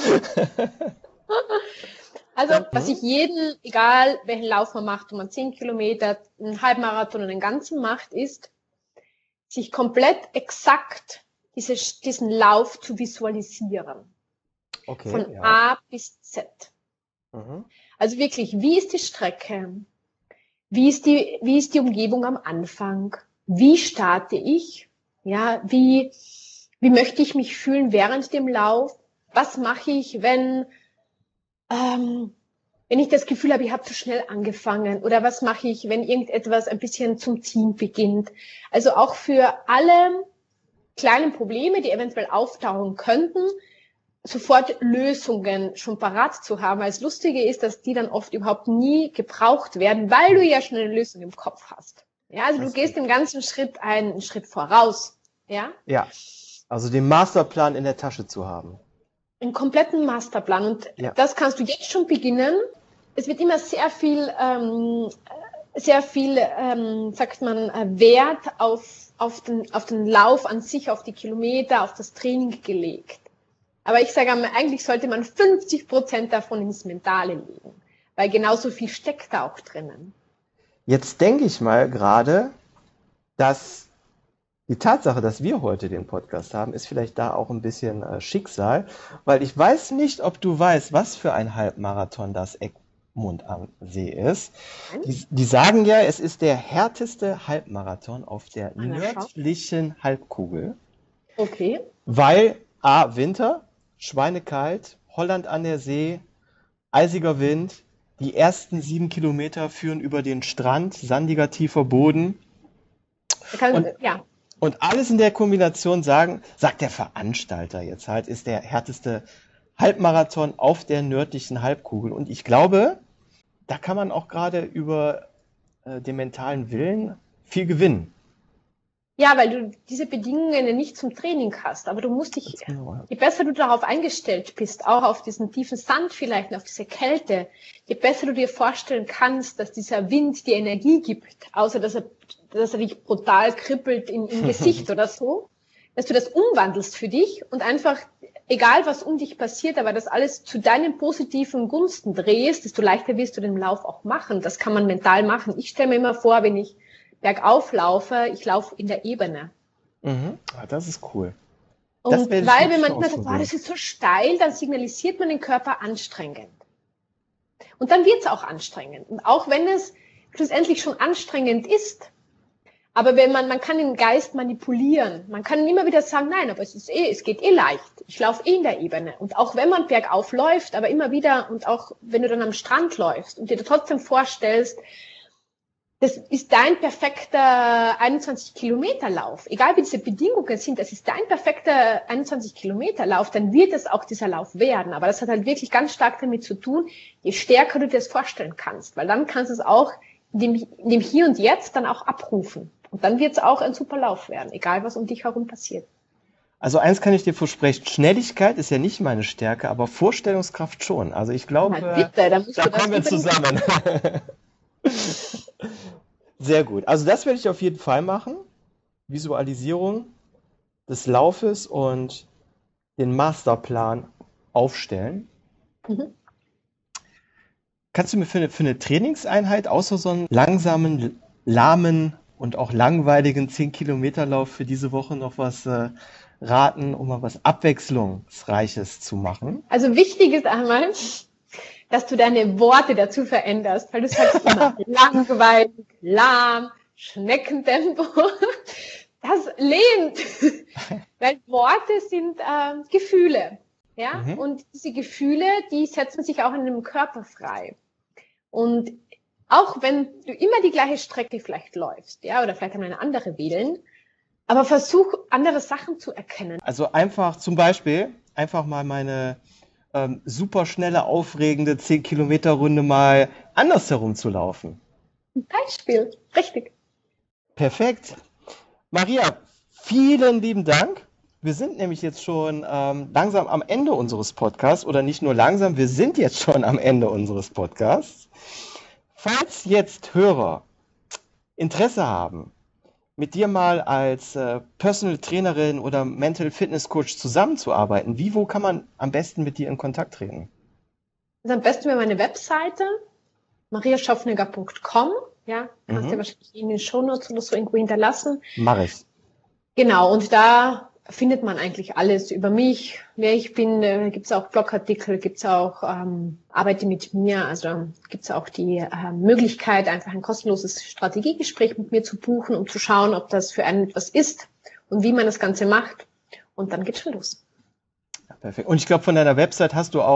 Also, was ich jeden, egal welchen Lauf man macht, ob man zehn Kilometer, einen Halbmarathon oder einen ganzen macht, ist, sich komplett exakt diese, diesen Lauf zu visualisieren. Okay, von ja. A bis Z. Mhm. Also wirklich, wie ist die Strecke? Wie ist die, wie ist die Umgebung am Anfang? Wie starte ich? Ja, wie, wie möchte ich mich fühlen während dem Lauf? Was mache ich, wenn, ähm, wenn ich das Gefühl habe, ich habe zu schnell angefangen oder was mache ich, wenn irgendetwas ein bisschen zum Ziehen beginnt. Also auch für alle kleinen Probleme, die eventuell auftauchen könnten, sofort Lösungen schon parat zu haben. Weil das Lustige ist, dass die dann oft überhaupt nie gebraucht werden, weil du ja schon eine Lösung im Kopf hast. Ja, also du Das gehst im ganzen Schritt einen Schritt voraus. Ja, Ja, also den Masterplan in der Tasche zu haben. einen kompletten Masterplan. Und Ja. das kannst du jetzt schon beginnen. Es wird immer sehr viel, ähm, sehr viel, ähm, sagt man, äh, Wert auf auf den, auf den Lauf an sich, auf die Kilometer, auf das Training gelegt. Aber ich sage einmal, eigentlich sollte man fünfzig Prozent davon ins Mentale legen, weil genauso viel steckt da auch drinnen. Jetzt denke ich mal gerade, dass die Tatsache, dass wir heute den Podcast haben, ist vielleicht da auch ein bisschen äh, Schicksal, weil ich weiß nicht, ob du weißt, was für ein Halbmarathon das Egmont am See ist. Die, die sagen ja, es ist der härteste Halbmarathon auf der Na, schau. nördlichen Halbkugel, Okay. weil A, Winter, schweinekalt, Holland an der See, eisiger Wind, die ersten sieben Kilometer führen über den Strand, sandiger, tiefer Boden. Da kann, Und- ja. Und alles in der Kombination sagen, sagt der Veranstalter jetzt halt, ist der härteste Halbmarathon auf der nördlichen Halbkugel. Und ich glaube, da kann man auch gerade über äh, den mentalen Willen viel gewinnen. Ja, weil du diese Bedingungen ja nicht zum Training hast, aber du musst dich, je besser du darauf eingestellt bist, auch auf diesen tiefen Sand vielleicht, auf diese Kälte, je besser du dir vorstellen kannst, dass dieser Wind dir Energie gibt, außer dass er, dass er dich brutal kribbelt im, im Gesicht oder so, dass du das umwandelst für dich und einfach, egal was um dich passiert, aber das alles zu deinen positiven Gunsten drehst, desto leichter wirst du den Lauf auch machen. Das kann man mental machen. Ich stelle mir immer vor, wenn ich bergauf laufe, ich laufe in der Ebene. Mhm. Ah, das ist cool. Das Und werde ich weil, wirklich wenn man immer sagt, ausprobieren. oh, das ist so steil, dann signalisiert man den Körper anstrengend. Und dann wird es auch anstrengend. Und auch wenn es schlussendlich schon anstrengend ist, aber wenn man, man kann den Geist manipulieren. Man kann immer wieder sagen, nein, aber es ist eh, es geht eh leicht. Ich laufe eh in der Ebene. Und auch wenn man bergauf läuft, aber immer wieder, und auch wenn du dann am Strand läufst und dir trotzdem vorstellst, das ist dein perfekter einundzwanzig Kilometer Lauf. Egal wie diese Bedingungen sind, das ist dein perfekter einundzwanzig Kilometer Lauf, dann wird es auch dieser Lauf werden. Aber das hat halt wirklich ganz stark damit zu tun, je stärker du dir das vorstellen kannst. Weil dann kannst du es auch in dem, in dem Hier und Jetzt dann auch abrufen. Und dann wird es auch ein super Lauf werden, egal was um dich herum passiert. Also eins kann ich dir versprechen, Schnelligkeit ist ja nicht meine Stärke, aber Vorstellungskraft schon. Also ich glaube, Na, bitte, dann musst da du das kommen wir unbedingt- zusammen. Sehr gut. Also das werde ich auf jeden Fall machen. Visualisierung des Laufes und den Masterplan aufstellen. Mhm. Kannst du mir für eine, für eine Trainingseinheit außer so einen langsamen, lahmen und auch langweiligen zehn-Kilometer-Lauf für diese Woche noch was äh, raten, um mal was Abwechslungsreiches zu machen? Also wichtig ist einmal, dass du deine Worte dazu veränderst, weil du sagst immer langweilig, lahm, Schneckentempo. Das lehnt, weil Worte sind ähm, Gefühle. Ja? Mhm. Und diese Gefühle, die setzen sich auch in dem Körper frei. Und auch wenn du immer die gleiche Strecke vielleicht läufst, ja, oder vielleicht eine andere wählen, aber versuch, andere Sachen zu erkennen. Also einfach zum Beispiel, einfach mal meine ähm, super schnelle, aufregende zehn-Kilometer-Runde mal andersherum zu laufen. Ein Beispiel, richtig. Perfekt. Maria, vielen lieben Dank. Wir sind nämlich jetzt schon ähm, langsam am Ende unseres Podcasts oder nicht nur langsam, wir sind jetzt schon am Ende unseres Podcasts. Falls jetzt Hörer Interesse haben, mit dir mal als äh, Personal Trainerin oder Mental Fitness Coach zusammenzuarbeiten, wie, wo kann man am besten mit dir in Kontakt treten? Also am besten über meine Webseite, maria schaffnegger punkt com. Ja, kannst Mhm. du wahrscheinlich in den Shownotes oder so irgendwo hinterlassen. Mach ich. Genau, und da findet man eigentlich alles über mich, wer ich bin. Äh, gibt es auch Blogartikel, gibt es auch ähm, Arbeite mit mir. Also gibt es auch die äh, Möglichkeit, einfach ein kostenloses Strategiegespräch mit mir zu buchen, um zu schauen, ob das für einen etwas ist und wie man das Ganze macht. Und dann geht's schon los. Ja, perfekt. Und ich glaube, von deiner Website hast du auch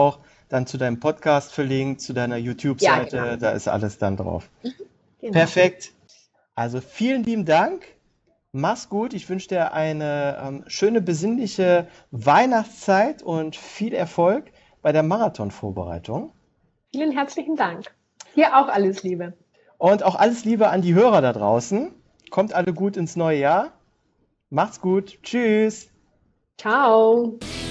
dann zu deinem Podcast verlinkt, zu deiner YouTube-Seite, Ja, genau. Da ist alles dann drauf. Genau. Perfekt. Also vielen lieben Dank. Mach's gut. Ich wünsche dir eine ähm, schöne, besinnliche Weihnachtszeit und viel Erfolg bei der Marathonvorbereitung. Vielen herzlichen Dank. Dir auch alles Liebe. Und auch alles Liebe an die Hörer da draußen. Kommt alle gut ins neue Jahr. Macht's gut. Tschüss. Ciao.